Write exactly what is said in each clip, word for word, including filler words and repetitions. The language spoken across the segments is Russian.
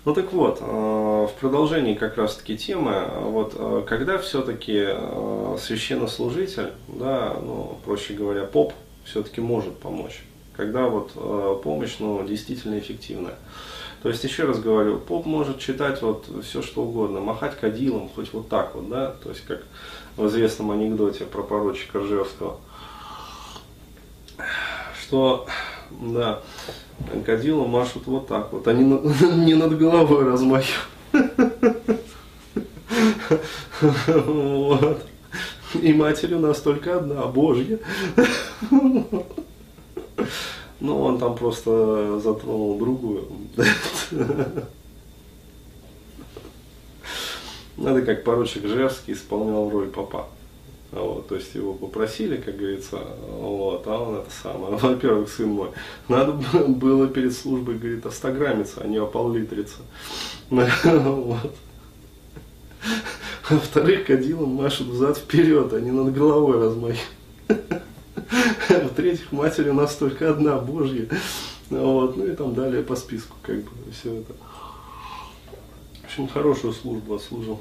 Ну так вот, э, в продолжении как раз таки темы, вот э, когда все-таки э, священнослужитель, да, ну, проще говоря, поп, все-таки может помочь, когда вот э, помощь, ну, действительно эффективная. То есть, еще раз говорю, поп может читать вот все что угодно, махать кадилом, хоть вот так вот, да, то есть, как в известном анекдоте про поручика Ржевского, что, да, кадилом машут вот так вот, они не над головой размахивают. Вот. И матерь у нас только одна, Божья. Ну, он там просто затронул другую. Это как поручик Ржевский исполнял роль попа. Вот, то есть его попросили, как говорится, вот, а он это самое, во-первых, сын мой, надо было перед службой, говорит, остаграмиться, а не опол-литриться. Вот. Во-вторых, кадилом машут взад-вперед, а не над головой размахивают. В-третьих, матерь у нас только одна, Божья. Вот, ну и там далее по списку, как бы, все это. В общем, хорошую службу отслужил.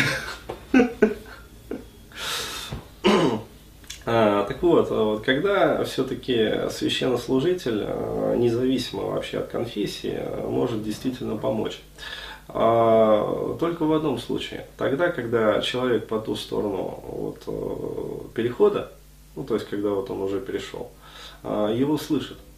А, так вот, вот, когда все-таки священнослужитель, независимо вообще от конфессии, может действительно помочь. А, только в одном случае. Тогда, когда человек по ту сторону вот, перехода, ну то есть когда вот он уже перешел, его слышит.